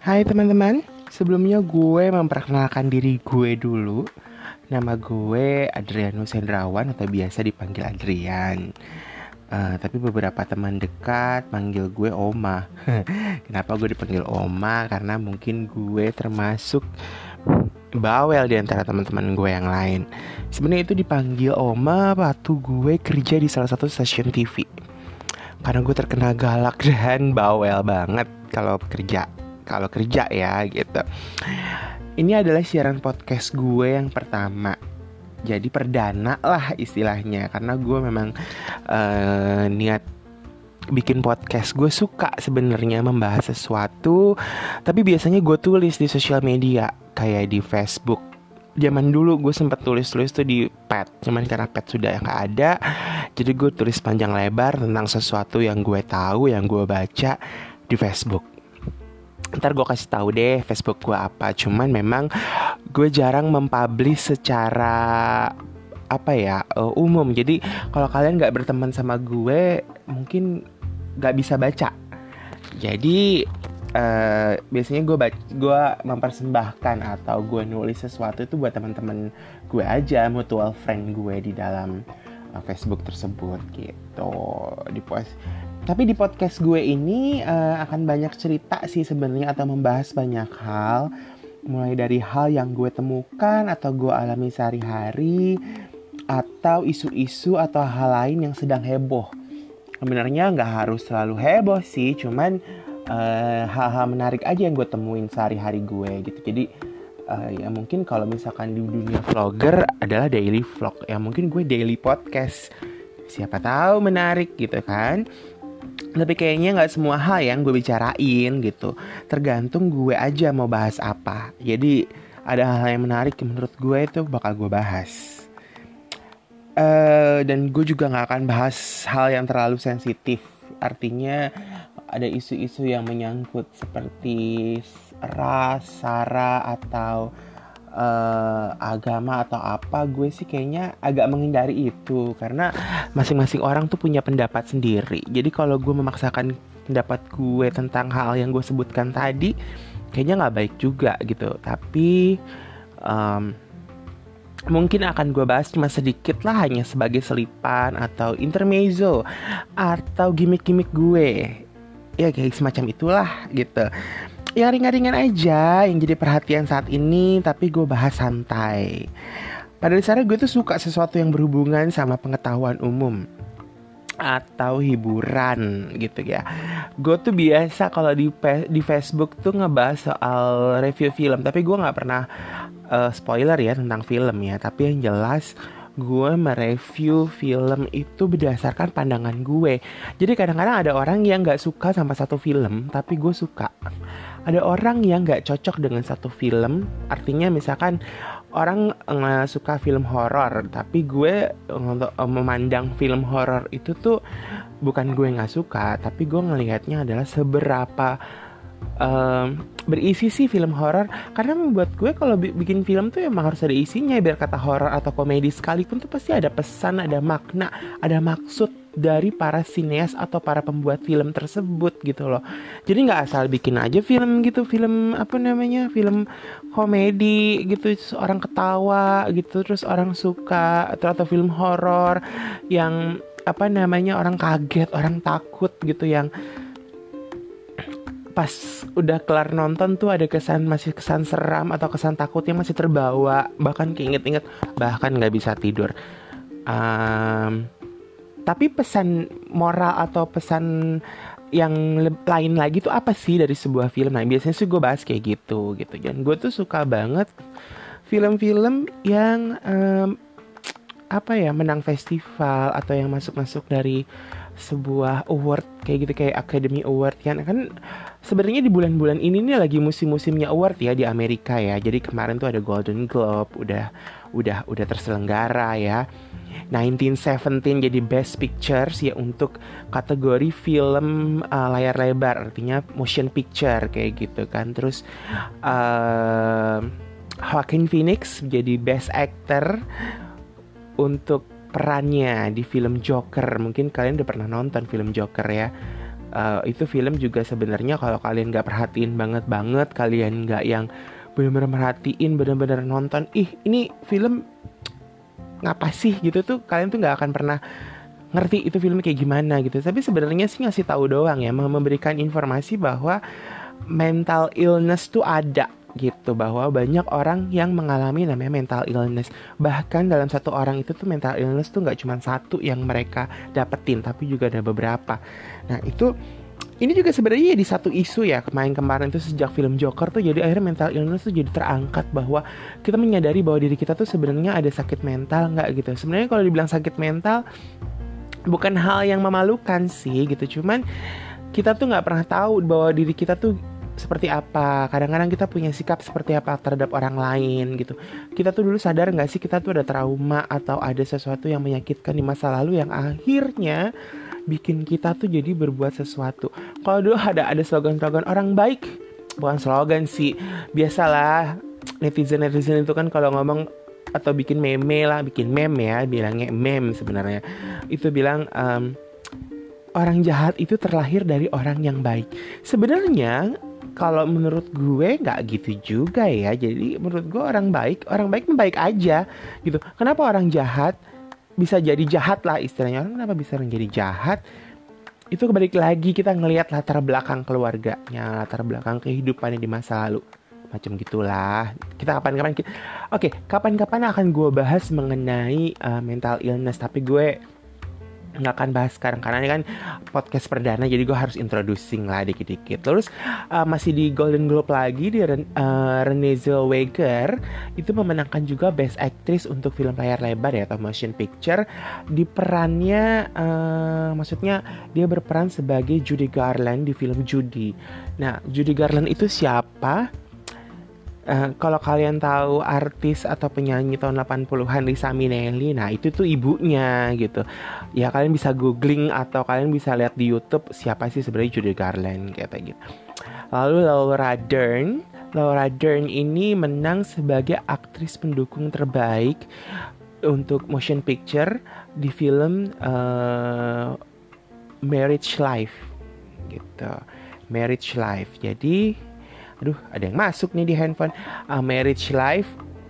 Hai teman-teman, sebelumnya gue memperkenalkan diri gue dulu. Nama gue Adrianus Hendrawan atau biasa dipanggil Adrian. Tapi beberapa teman dekat panggil gue Oma. Kenapa gue dipanggil Oma? Karena mungkin gue termasuk bawel di antara teman-teman gue yang lain. Sebenarnya itu dipanggil Oma waktu gue kerja di salah satu stasiun TV. Karena gue terkenal galak dan bawel banget kalau kerja ya gitu. Ini adalah siaran podcast gue yang pertama. Jadi perdana lah istilahnya. Karena gue memang niat bikin podcast. Gue suka sebenarnya membahas sesuatu, tapi biasanya gue tulis di sosial media, kayak di Facebook. Zaman dulu gue sempat tulis-tulis tuh di pet, cuman karena pet sudah nggak ada, jadi gue tulis panjang lebar tentang sesuatu yang gue tahu, yang gue baca di Facebook. Ntar gue kasih tahu deh Facebook gue apa. Cuman memang gue jarang mempublish secara umum. Jadi kalau kalian nggak berteman sama gue, mungkin nggak bisa baca. Jadi biasanya gue mempersembahkan atau gue nulis sesuatu itu buat teman-teman gue aja, mutual friend gue di dalam Facebook tersebut gitu. Tapi di podcast gue ini akan banyak cerita sih sebenarnya, atau membahas banyak hal, mulai dari hal yang gue temukan atau gue alami sehari-hari, atau isu-isu atau hal lain yang sedang heboh. Sebenarnya nggak harus selalu heboh sih, cuman hal-hal menarik aja yang gue temuin sehari-hari gue gitu. Jadi ya mungkin kalau misalkan di dunia vlogger adalah daily vlog, ya mungkin gue daily podcast. Siapa tahu menarik gitu kan. Tapi kayaknya nggak semua hal yang gue bicarain gitu. Tergantung gue aja mau bahas apa. Jadi ada hal-hal yang menarik yang menurut gue itu bakal gue bahas. Dan gue juga gak akan bahas hal yang terlalu sensitif. Artinya ada isu-isu yang menyangkut seperti ras, sara, atau agama atau apa. Gue sih kayaknya agak menghindari itu, karena masing-masing orang tuh punya pendapat sendiri. Jadi kalau gue memaksakan pendapat gue tentang hal yang gue sebutkan tadi, kayaknya gak baik juga gitu. Tapi mungkin akan gue bahas cuma sedikit lah, hanya sebagai selipan atau intermezzo atau gimmick-gimmick gue. Ya kayak semacam itulah gitu. Ya ringan-ringan aja yang jadi perhatian saat ini, tapi gue bahas santai. Pada dasarnya gue tuh suka sesuatu yang berhubungan sama pengetahuan umum atau hiburan gitu ya. Gue tuh biasa kalau di Facebook tuh ngebahas soal review film, tapi gue nggak pernah spoiler ya tentang film ya. Tapi yang jelas gue mereview film itu berdasarkan pandangan gue. Jadi kadang-kadang ada orang yang nggak suka sama satu film, tapi gue suka. Ada orang yang nggak cocok dengan satu film. Artinya misalkan orang suka film horor, tapi gue untuk memandang film horor itu tuh bukan gue nggak suka, tapi gue ngelihatnya adalah seberapa berisi sih film horor. Karena membuat gue kalau bikin film tuh emang harus ada isinya. Biar kata horor atau komedi sekalipun tuh pasti ada pesan, ada makna, ada maksud dari para sineas atau para pembuat film tersebut gitu loh. Jadi nggak asal bikin aja film gitu, film film komedi gitu, orang ketawa gitu terus orang suka, atau film horor yang orang kaget, orang takut gitu, yang pas udah kelar nonton tuh ada masih kesan seram atau kesan takut yang masih terbawa, bahkan keinget-inget, bahkan nggak bisa tidur. Tapi pesan moral atau pesan yang lain lagi tuh apa sih dari sebuah film? Nah biasanya sih gue bahas kayak gitu. Dan gue tuh suka banget film-film yang menang festival atau yang masuk dari sebuah award kayak gitu, kayak Academy Award kan sebenarnya di bulan-bulan ini nih lagi musim-musimnya award ya di Amerika ya. Jadi kemarin tuh ada Golden Globe udah terselenggara ya. 1917 jadi Best Pictures ya untuk kategori film layar lebar, artinya motion picture kayak gitu kan. Terus Joaquin Phoenix jadi Best Actor untuk perannya di film Joker. Mungkin kalian udah pernah nonton film Joker ya. Itu film juga sebenarnya kalau kalian nggak perhatiin banget, kalian nggak yang benar-benar merhatiin, benar-benar nonton, ini film ngapa sih gitu tuh, kalian tuh nggak akan pernah ngerti itu film kayak gimana gitu. Tapi sebenarnya sih ngasih tahu doang ya, memberikan informasi bahwa mental illness tuh ada gitu, bahwa banyak orang yang mengalami namanya mental illness. Bahkan dalam satu orang itu tuh mental illness tuh nggak cuma satu yang mereka dapetin, tapi juga ada beberapa. Nah itu ini juga sebenarnya di satu isu ya, kemarin itu sejak film Joker tuh jadi akhirnya mental illness tuh jadi terangkat, bahwa kita menyadari bahwa diri kita tuh sebenarnya ada sakit mental nggak gitu. Sebenarnya kalau dibilang sakit mental bukan hal yang memalukan sih gitu, cuman kita tuh nggak pernah tahu bahwa diri kita tuh seperti apa. Kadang-kadang kita punya sikap seperti apa terhadap orang lain gitu. Kita tuh dulu sadar nggak sih kita tuh ada trauma atau ada sesuatu yang menyakitkan di masa lalu yang akhirnya bikin kita tuh jadi berbuat sesuatu. Kalau dulu ada slogan-slogan orang baik, bukan slogan sih, biasalah netizen itu kan kalau ngomong atau bikin meme lah, bikin meme ya, bilangnya meme sebenarnya. Itu bilang orang jahat itu terlahir dari orang yang baik. Sebenarnya kalau menurut gue nggak gitu juga ya. Jadi menurut gue orang baik baik aja gitu. Kenapa orang jahat bisa jadi jahat lah istilahnya? Orang kenapa bisa menjadi jahat? Itu kembali lagi kita ngelihat latar belakang keluarganya, latar belakang kehidupannya di masa lalu, macam gitulah. Kita kapan-kapan akan gue bahas mengenai mental illness, tapi gue nggak akan bahas sekarang karena ini kan podcast perdana, jadi gue harus introducing lah dikit-dikit. Terus masih di Golden Globe lagi, di Renée Zellweger itu memenangkan juga Best Actress untuk film layar lebar ya atau motion picture. Di perannya maksudnya dia berperan sebagai Judy Garland di film Judy. Nah, Judy Garland itu siapa? Kalau kalian tahu artis atau penyanyi tahun 80-an Lisa Minnelli, nah itu tuh ibunya gitu. Ya kalian bisa googling atau kalian bisa lihat di YouTube siapa sih sebenarnya Judy Garland kayak gitu. Lalu Laura Dern ini menang sebagai aktris pendukung terbaik untuk motion picture di film Marriage Life gitu. Marriage Life. Jadi aduh, ada yang masuk nih di handphone. Marriage Life.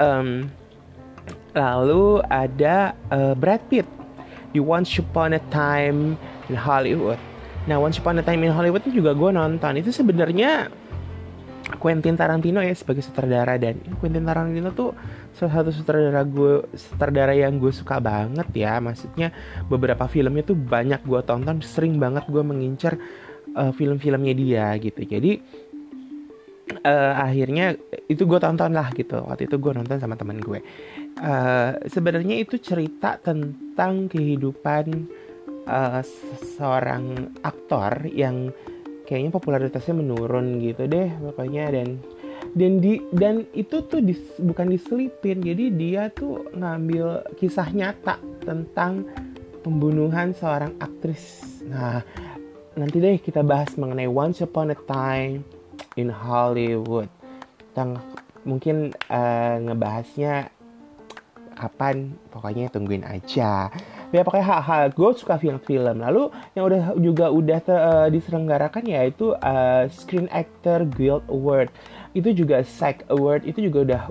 Lalu ada Brad Pitt di Once Upon a Time in Hollywood. Nah, Once Upon a Time in Hollywood itu juga gue nonton. Itu sebenarnya Quentin Tarantino ya sebagai sutradara, dan Quentin Tarantino tuh salah satu sutradara yang gue suka banget ya. Maksudnya beberapa filmnya tuh banyak gue tonton, sering banget gue mengincar film-filmnya dia gitu. Jadi akhirnya itu gue tonton lah gitu. Waktu itu gue nonton sama teman gue. Sebenarnya itu cerita tentang kehidupan seorang aktor yang kayaknya popularitasnya menurun gitu deh pokoknya, dan itu tuh bukan diselipin. Jadi dia tuh ngambil kisah nyata tentang pembunuhan seorang aktris. Nah, nanti deh kita bahas mengenai Once Upon a Time in Hollywood. Kita mungkin ngebahasnya kapan, pokoknya tungguin aja. Ya pokoknya hal-hal gue suka film-film. Lalu yang udah diselenggarakan yaitu Screen Actor Guild Award. Itu juga SAG Award, itu juga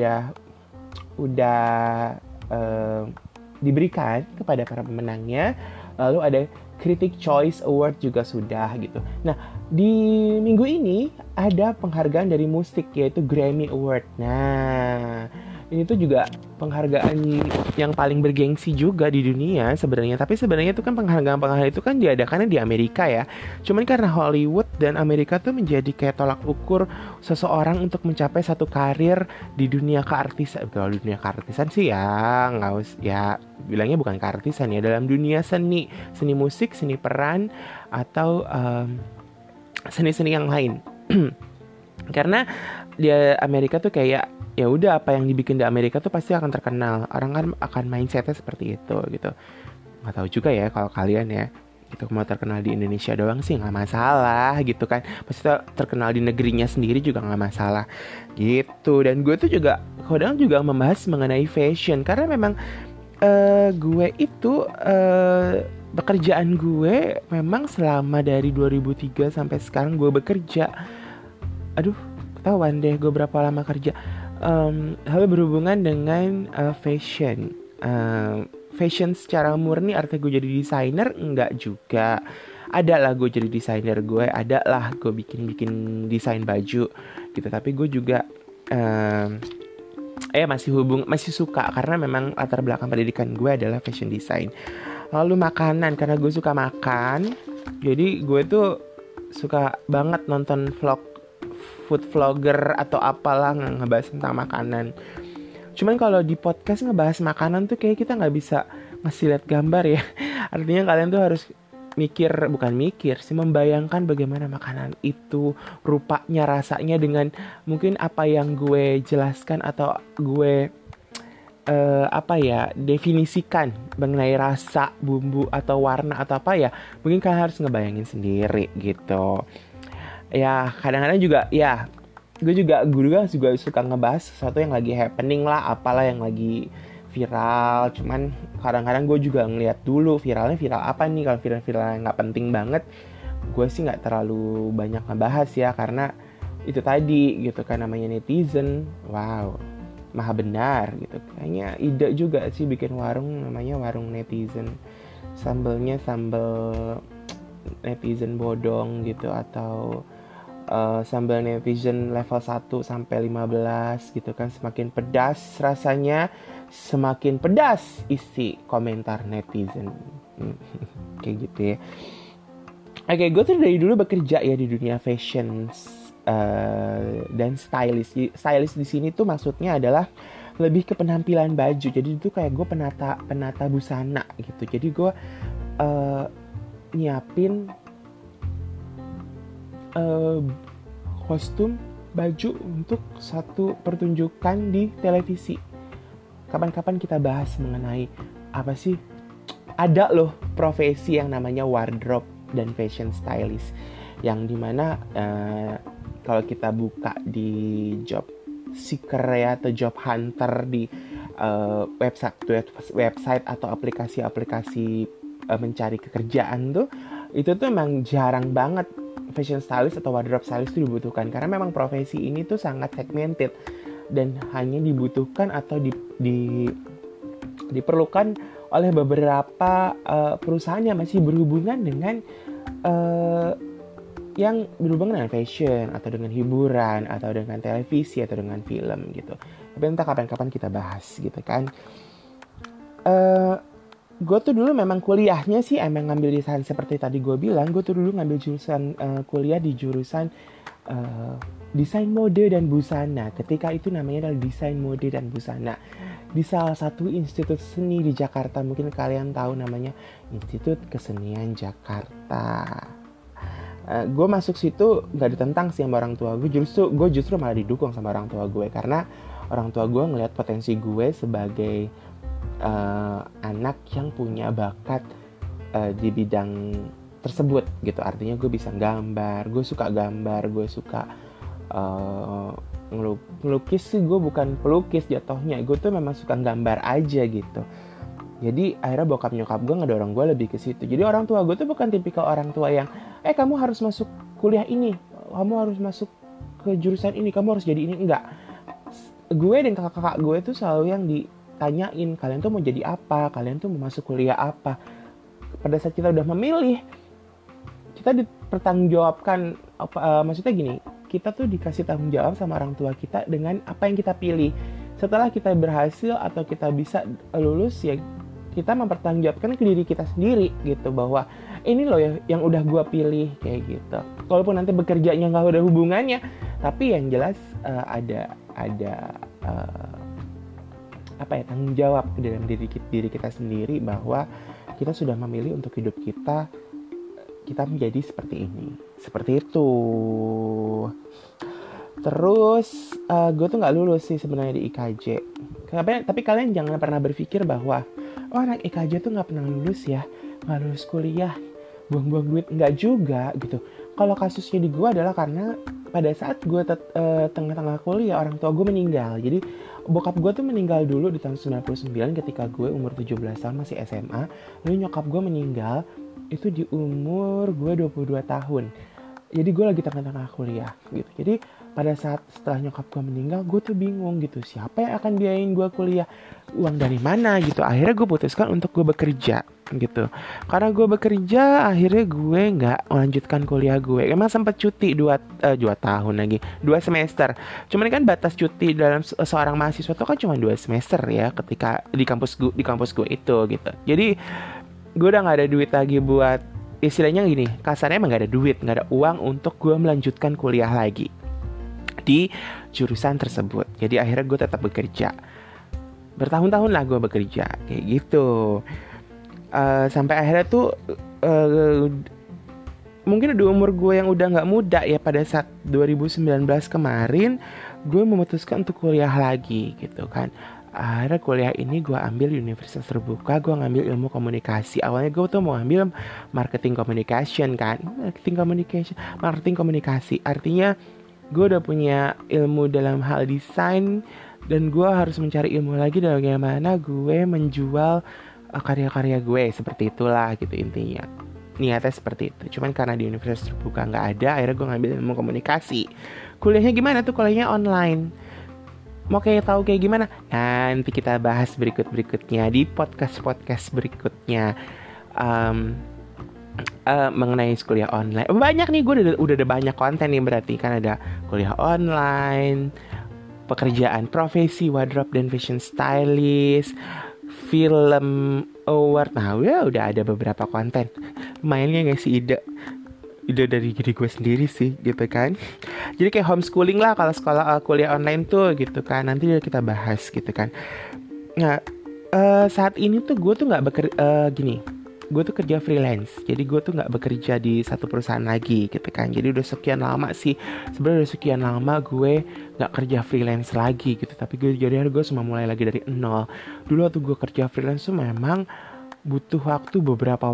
udah diberikan kepada para pemenangnya. Lalu ada Critic Choice Award juga sudah gitu. Nah, di minggu ini ada penghargaan dari musik yaitu Grammy Award. Nah, ini tuh juga penghargaan yang paling bergengsi juga di dunia sebenarnya. Tapi sebenarnya itu kan penghargaan itu kan diadakannya di Amerika ya. Cuman karena Hollywood dan Amerika tuh menjadi kayak tolak ukur seseorang untuk mencapai satu karir di dunia keartisan. Kalau dunia keartisan sih ya nggak usah ya, bilangnya bukan keartisan ya, dalam dunia seni musik, seni peran atau seni-seni yang lain. Karena di Amerika tuh kayak ya udah apa yang dibikin di Amerika tuh pasti akan terkenal. Orang kan akan mindsetnya seperti itu gitu. Nggak tahu juga ya kalau kalian ya gitu, mau terkenal di Indonesia doang sih nggak masalah gitu kan. Pasti terkenal di negerinya sendiri juga nggak masalah gitu. Dan gue tuh juga kadang juga membahas mengenai fashion karena memang gue itu pekerjaan gue memang selama dari 2003 sampai sekarang gue bekerja. Aduh, ketahuan deh gue berapa lama kerja. Hal berhubungan dengan fashion. Fashion secara murni artinya gue jadi desainer enggak juga. Ada lah gue jadi desainer, gue ada lah gue bikin desain baju gitu. Tapi gue juga masih suka karena memang latar belakang pendidikan gue adalah fashion design. Lalu makanan, karena gue suka makan, jadi gue tuh suka banget nonton food vlogger atau apalah ngebahas tentang makanan. Cuman kalau di podcast ngebahas makanan tuh kayak kita nggak bisa ngasih lihat gambar ya. Artinya kalian tuh harus bukan mikir sih, membayangkan bagaimana makanan itu rupanya, rasanya, dengan mungkin apa yang gue jelaskan atau gue definisikan mengenai rasa, bumbu atau warna atau apa ya, mungkin kalian harus ngebayangin sendiri gitu. Ya kadang-kadang juga ya gue juga suka ngebahas sesuatu yang lagi happening lah, apalah yang lagi viral. Cuman kadang-kadang gue juga ngeliat dulu viral apa nih. Kalau viral yang nggak penting banget, gue sih nggak terlalu banyak ngebahas ya, karena itu tadi gitu kan, namanya netizen. Wow, maha benar gitu. Kayaknya ide juga sih bikin warung namanya warung netizen. Sambelnya sambel netizen bodong gitu, atau sambal netizen level 1 sampai 15 gitu kan. Semakin pedas rasanya, semakin pedas isi komentar netizen. Kayak gitu ya. Oke, gue tuh dari dulu bekerja ya di dunia fashion dan stylist. Stylist di sini tuh maksudnya adalah lebih ke penampilan baju. Jadi itu kayak gue penata busana gitu. Jadi gue nyiapin kostum baju untuk satu pertunjukan di televisi. Kapan-kapan kita bahas mengenai apa sih, ada loh profesi yang namanya wardrobe dan fashion stylist, yang dimana kalau kita buka di job seeker ya, atau job hunter di website atau aplikasi-aplikasi mencari pekerjaan tuh, itu tuh emang jarang banget fashion stylist atau wardrobe stylist itu dibutuhkan, karena memang profesi ini tuh sangat segmented dan hanya dibutuhkan atau diperlukan oleh beberapa perusahaan yang masih berhubungan dengan yang berhubungan dengan fashion atau dengan hiburan atau dengan televisi atau dengan film gitu. Tapi entah kapan-kapan kita bahas gitu kan. Gue tuh dulu memang kuliahnya sih emang ngambil desain seperti tadi gue bilang. Gue tuh dulu ngambil jurusan kuliah di jurusan desain mode dan busana. Ketika itu namanya adalah desain mode dan busana, di salah satu institut seni di Jakarta. Mungkin kalian tahu namanya Institut Kesenian Jakarta. Gue masuk situ gak ditentang sih sama orang tua gue. Gue justru malah didukung sama orang tua gue, karena orang tua gue ngelihat potensi gue sebagai anak yang punya bakat di bidang tersebut gitu. Artinya gue bisa gambar, gue suka gambar, gue suka ngelukis sih. Gue bukan pelukis jatuhnya, gue tuh memang suka gambar aja gitu. Jadi akhirnya bokap nyokap gue ngedorong gue lebih ke situ. Jadi orang tua gue tuh bukan tipikal orang tua yang kamu harus masuk kuliah ini, kamu harus masuk ke jurusan ini, kamu harus jadi ini. Enggak. Gue dan kakak-kakak gue tuh selalu yang ditanyain, kalian tuh mau jadi apa, kalian tuh mau masuk kuliah apa. Pada saat kita udah memilih, kita dipertanggungjawabkan, maksudnya gini, kita tuh dikasih tanggung jawab sama orang tua kita dengan apa yang kita pilih. Setelah kita berhasil atau kita bisa lulus, ya kita mempertanggungjawabkan ke diri kita sendiri gitu, bahwa ini loh yang udah gue pilih kayak gitu. Walaupun nanti bekerjanya nggak ada hubungannya, tapi yang jelas ada tanggung jawab ke dalam diri kita sendiri, bahwa kita sudah memilih untuk hidup kita menjadi seperti ini, seperti itu. Terus gue tuh nggak lulus sih sebenarnya di IKJ. Tapi kalian jangan pernah berpikir bahwa anak IKJ tuh nggak pernah lulus ya, nggak lulus kuliah, buang-buang duit. Nggak juga gitu. Kalau kasusnya di gue adalah karena pada saat gue tengah-tengah kuliah orang tua gue meninggal. Jadi bokap gue tuh meninggal dulu di tahun 99 ketika gue umur 17 tahun masih SMA. Lalu nyokap gue meninggal itu di umur gue 22 tahun. Jadi gue lagi tengah-tengah kuliah gitu. Jadi pada saat setelah nyokap gue meninggal, gue tuh bingung gitu. Siapa yang akan biayain gue kuliah? Uang dari mana gitu. Akhirnya gue putuskan untuk gue bekerja gitu. Karena gue bekerja, akhirnya gue nggak melanjutkan kuliah gue. Emang sempat cuti 2 tahun lagi, 2 semester. Cuman kan batas cuti dalam seorang mahasiswa itu kan cuma 2 semester ya, ketika di kampus gue itu gitu. Jadi gue udah nggak ada duit lagi buat, istilahnya gini, kasarnya emang gak ada duit, gak ada uang untuk gue melanjutkan kuliah lagi di jurusan tersebut. Jadi akhirnya gue tetap bekerja. Bertahun-tahun lah gue bekerja kayak gitu. Sampai akhirnya tuh mungkin di umur gue yang udah gak muda ya, pada saat 2019 kemarin gue memutuskan untuk kuliah lagi gitu kan. Akhirnya kuliah ini gue ambil Universitas Terbuka, gue ngambil ilmu komunikasi. Awalnya gue tuh mau ambil marketing communication kan, marketing komunikasi. Artinya gue udah punya ilmu dalam hal desain, dan gue harus mencari ilmu lagi dalam bagaimana gue menjual karya-karya gue, seperti itulah gitu intinya. Niatnya seperti itu. Cuman karena di Universitas Terbuka nggak ada, akhirnya gue ngambil ilmu komunikasi. Kuliahnya gimana tuh? Kuliahnya online. Mau tahu kayak gimana? Nanti kita bahas berikutnya di podcast berikutnya, mengenai kuliah online. Banyak nih, gue udah ada banyak konten nih, berarti kan ada kuliah online, pekerjaan profesi wardrobe dan fashion stylist, film award. Nah udah ada beberapa konten. Mainnya ngasih ide dari diri gue sendiri sih gitu kan. Jadi kayak homeschooling lah kalau sekolah kuliah online tuh gitu kan. Nanti kita bahas gitu kan. Nah saat ini tuh gue tuh nggak gini. Gue tuh kerja freelance. Jadi gue tuh nggak bekerja di satu perusahaan lagi gitu kan. Jadi udah sekian lama sih. Sebenarnya udah sekian lama gue nggak kerja freelance lagi gitu. Tapi gue semua mulai lagi dari nol. Dulu waktu gue kerja freelance tuh memang butuh beberapa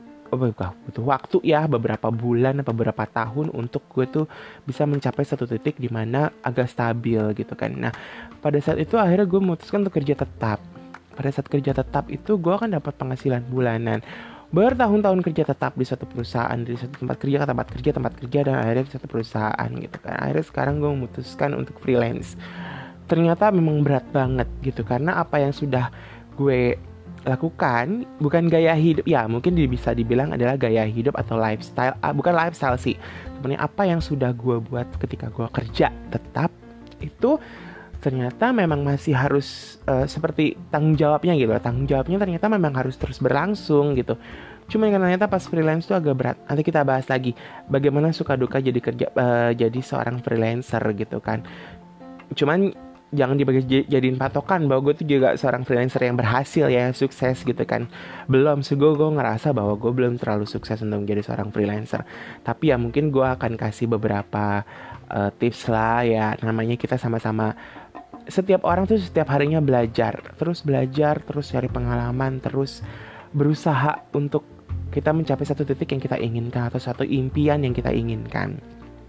bulan atau beberapa tahun untuk gue tuh bisa mencapai satu titik di mana agak stabil gitu kan. Nah pada saat itu akhirnya gue memutuskan untuk kerja tetap. Pada saat kerja tetap itu gue akan dapat penghasilan bulanan. Bertahun-tahun kerja tetap di satu perusahaan, dari satu tempat kerja, dan akhirnya di satu perusahaan gitu kan. Akhirnya sekarang gue memutuskan untuk freelance. Ternyata memang berat banget gitu, karena apa yang sudah gue lakukan bukan gaya hidup ya, mungkin bisa dibilang adalah gaya hidup atau lifestyle, bukan lifestyle sih sebenarnya. Apa yang sudah gue buat ketika gue kerja tetap itu ternyata memang masih harus seperti tanggung jawabnya gitu. Tanggung jawabnya ternyata memang harus terus berlangsung gitu. Cuma ternyata pas freelance itu agak berat. Nanti kita bahas lagi bagaimana suka duka jadi seorang freelancer gitu kan. Cuman jangan jadiin patokan bahwa gue tuh juga seorang freelancer yang berhasil ya, sukses gitu kan. Belum sih, gue ngerasa bahwa gue belum terlalu sukses untuk menjadi seorang freelancer. Tapi ya mungkin gue akan kasih beberapa tips lah ya. Namanya kita sama-sama, setiap orang tuh setiap harinya belajar, terus cari pengalaman, terus berusaha untuk kita mencapai satu titik yang kita inginkan atau satu impian yang kita inginkan.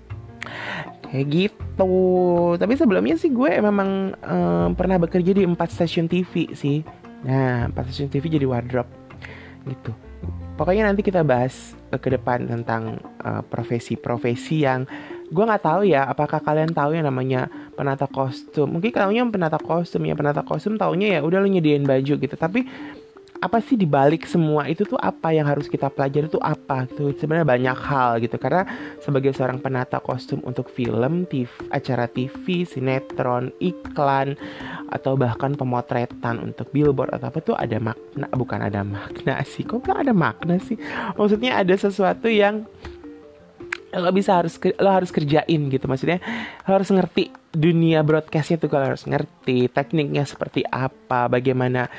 Kayak gitu. Tapi sebelumnya sih gue memang pernah bekerja di 4 stasiun TV sih. Nah 4 stasiun TV jadi wardrobe gitu. Pokoknya nanti kita bahas ke depan tentang profesi-profesi yang gue nggak tahu ya. Apakah kalian tahu yang namanya penata kostum? Mungkin kalian penata kostum ya. Penata kostum taunya ya udah lu nyediain baju gitu. Tapi apa sih dibalik semua itu tuh, apa yang harus kita pelajari tuh apa gitu. Sebenarnya banyak hal gitu, karena sebagai seorang penata kostum untuk film, TV, acara TV, sinetron, iklan, atau bahkan pemotretan untuk billboard atau apa tuh ada makna. Bukan ada makna sih, kok bilang ada makna sih, maksudnya ada sesuatu yang lo harus kerjain gitu. Maksudnya lo harus ngerti dunia broadcastnya tuh, kalau harus ngerti tekniknya seperti apa, bagaimana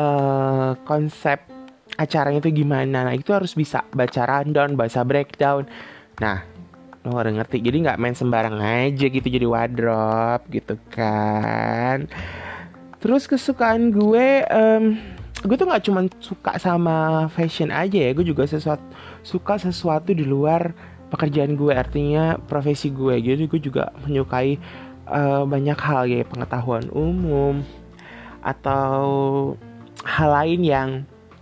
konsep acaranya itu gimana. Nah itu harus bisa baca rundown, baca breakdown. Nah lo harus ngerti, jadi nggak main sembarang aja gitu jadi wardrobe gitu kan. Terus kesukaan gue tuh nggak cuma suka sama fashion aja ya, gue juga suka sesuatu di luar pekerjaan gue, artinya profesi gue. Jadi gue juga menyukai banyak hal ya, pengetahuan umum atau hal lain yang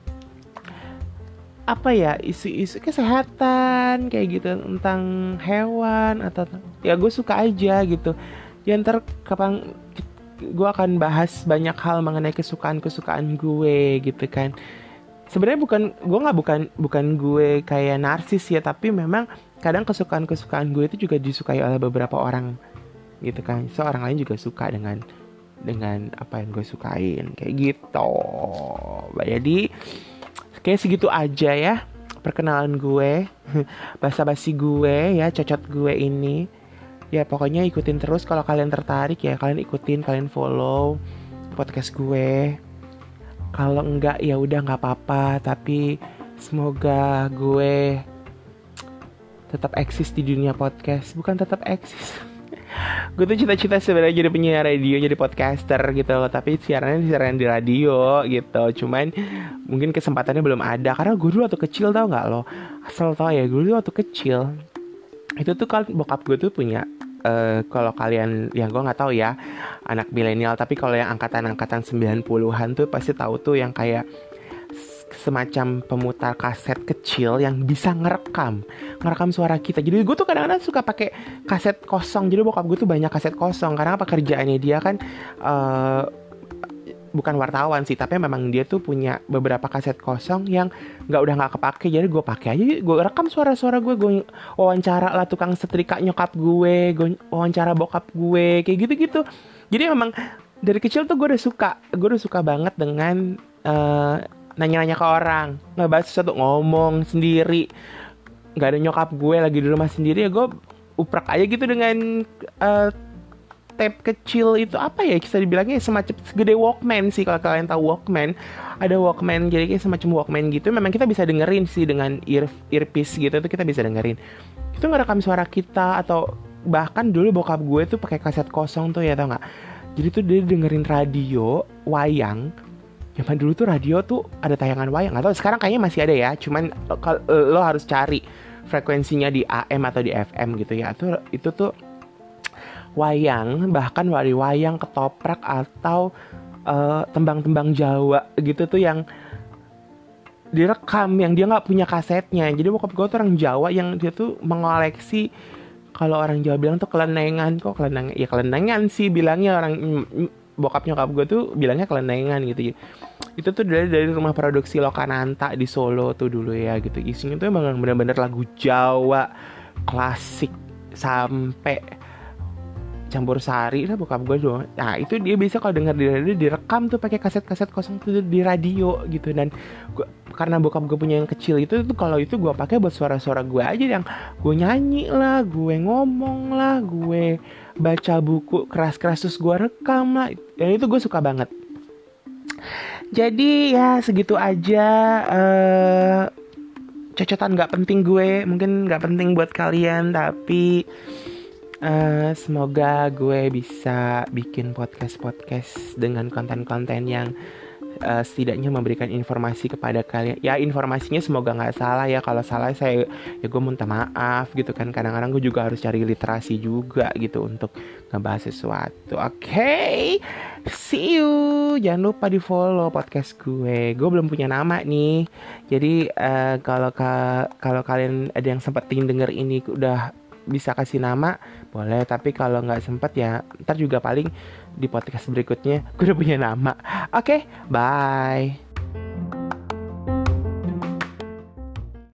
apa ya, isu-isu kesehatan kayak gitu, tentang hewan atau ya gue suka aja gitu ya. Ntar kapan gue akan bahas banyak hal mengenai kesukaan-kesukaan gue gitu kan. Sebenarnya bukan gue kayak narsis ya, tapi memang kadang kesukaan-kesukaan gue itu juga disukai oleh beberapa orang gitu kan. So orang lain juga suka dengan apa yang gue sukain kayak gitu. Jadi kayak segitu aja ya perkenalan gue, basa-basi gue ya, cocot gue ini. Ya pokoknya ikutin terus kalau kalian tertarik ya, kalian ikutin, kalian follow podcast gue. Kalau enggak ya udah nggak apa-apa, tapi semoga gue tetap eksis di dunia podcast. Bukan tetap eksis. Gue tuh cita-cita sebenarnya jadi penyiar radio, jadi podcaster gitu loh. Tapi siaran di radio gitu. Cuman mungkin kesempatannya belum ada. Karena gue dulu waktu kecil, tau gak lo, asal tau ya, gue dulu waktu kecil itu tuh kan bokap gue tuh punya kalau kalian yang gue nggak tahu ya anak milenial, tapi kalau yang angkatan-angkatan 90-an tuh pasti tahu tuh yang kayak semacam pemutar kaset kecil yang bisa ngerekam suara kita. Jadi gue tuh kadang-kadang suka pakai kaset kosong. Jadi bokap gue tuh banyak kaset kosong karena apa, kerjaannya dia kan bukan wartawan sih, tapi memang dia tuh punya beberapa kaset kosong yang udah nggak kepake. Jadi gue pakai aja, gue rekam suara-suara gue wawancara lah tukang setrika nyokap gue wawancara bokap gue kayak gitu-gitu. Jadi memang dari kecil tuh gue udah suka banget dengan nanya-nanya ke orang, ngebahas sesuatu, ngomong sendiri, nggak ada nyokap gue lagi di rumah sendiri ya, gue uprak aja gitu dengan tape kecil itu, apa ya bisa dibilangnya semacam segede Walkman sih, kalau kalian tahu Walkman. Ada Walkman, jadi kayak semacam Walkman gitu. Memang kita bisa dengerin sih dengan earpiece gitu, tuh kita bisa dengerin. Itu ngerekam suara kita. Atau bahkan dulu bokap gue tuh pakai kaset kosong tuh ya, tau nggak? Jadi tuh dia dengerin radio wayang. Zaman dulu tuh radio tuh ada tayangan wayang. Atau sekarang kayaknya masih ada ya. Cuman lo harus cari frekuensinya di AM atau di FM gitu ya. Itu tuh wayang, bahkan wayang ketoprak atau tembang-tembang Jawa gitu tuh yang direkam, yang dia nggak punya kasetnya. Jadi bokap gue tuh orang Jawa yang dia tuh mengoleksi, kalau orang Jawa bilang tuh kelenengan. Kok kelenengan? Ya kelenengan sih bilangnya orang bokap nyokap gue tuh bilangnya kelenengan gitu. Itu tuh dari rumah produksi Lokananta di Solo tuh dulu ya gitu. Isinya tuh emang bener-bener lagu Jawa klasik sampai campur sari lah bokap gue doang. Nah itu dia bisa kalau denger di radio direkam tuh pakai kaset-kaset kosong tuh di radio gitu. Dan karena bokap gue punya yang kecil itu tuh, kalau itu gue pakai buat suara-suara gue aja, yang gue nyanyi lah, gue ngomong lah, gue baca buku keras-keras terus gue rekam lah. Dan itu gue suka banget. Jadi ya segitu aja cocotan gak penting gue. Mungkin gak penting buat kalian, tapi semoga gue bisa bikin podcast dengan konten-konten yang setidaknya memberikan informasi kepada kalian. Ya informasinya semoga gak salah ya. Kalau salah ya gue minta maaf gitu kan. Kadang-kadang gue juga harus cari literasi juga gitu untuk ngebahas sesuatu. Oke, see you. Jangan lupa di follow podcast gue. Gue belum punya nama nih. Jadi kalau kalian ada yang sempat denger ini udah bisa kasih nama boleh, tapi kalau nggak sempet ya ntar juga paling di podcast berikutnya gue udah punya nama. Oke, bye.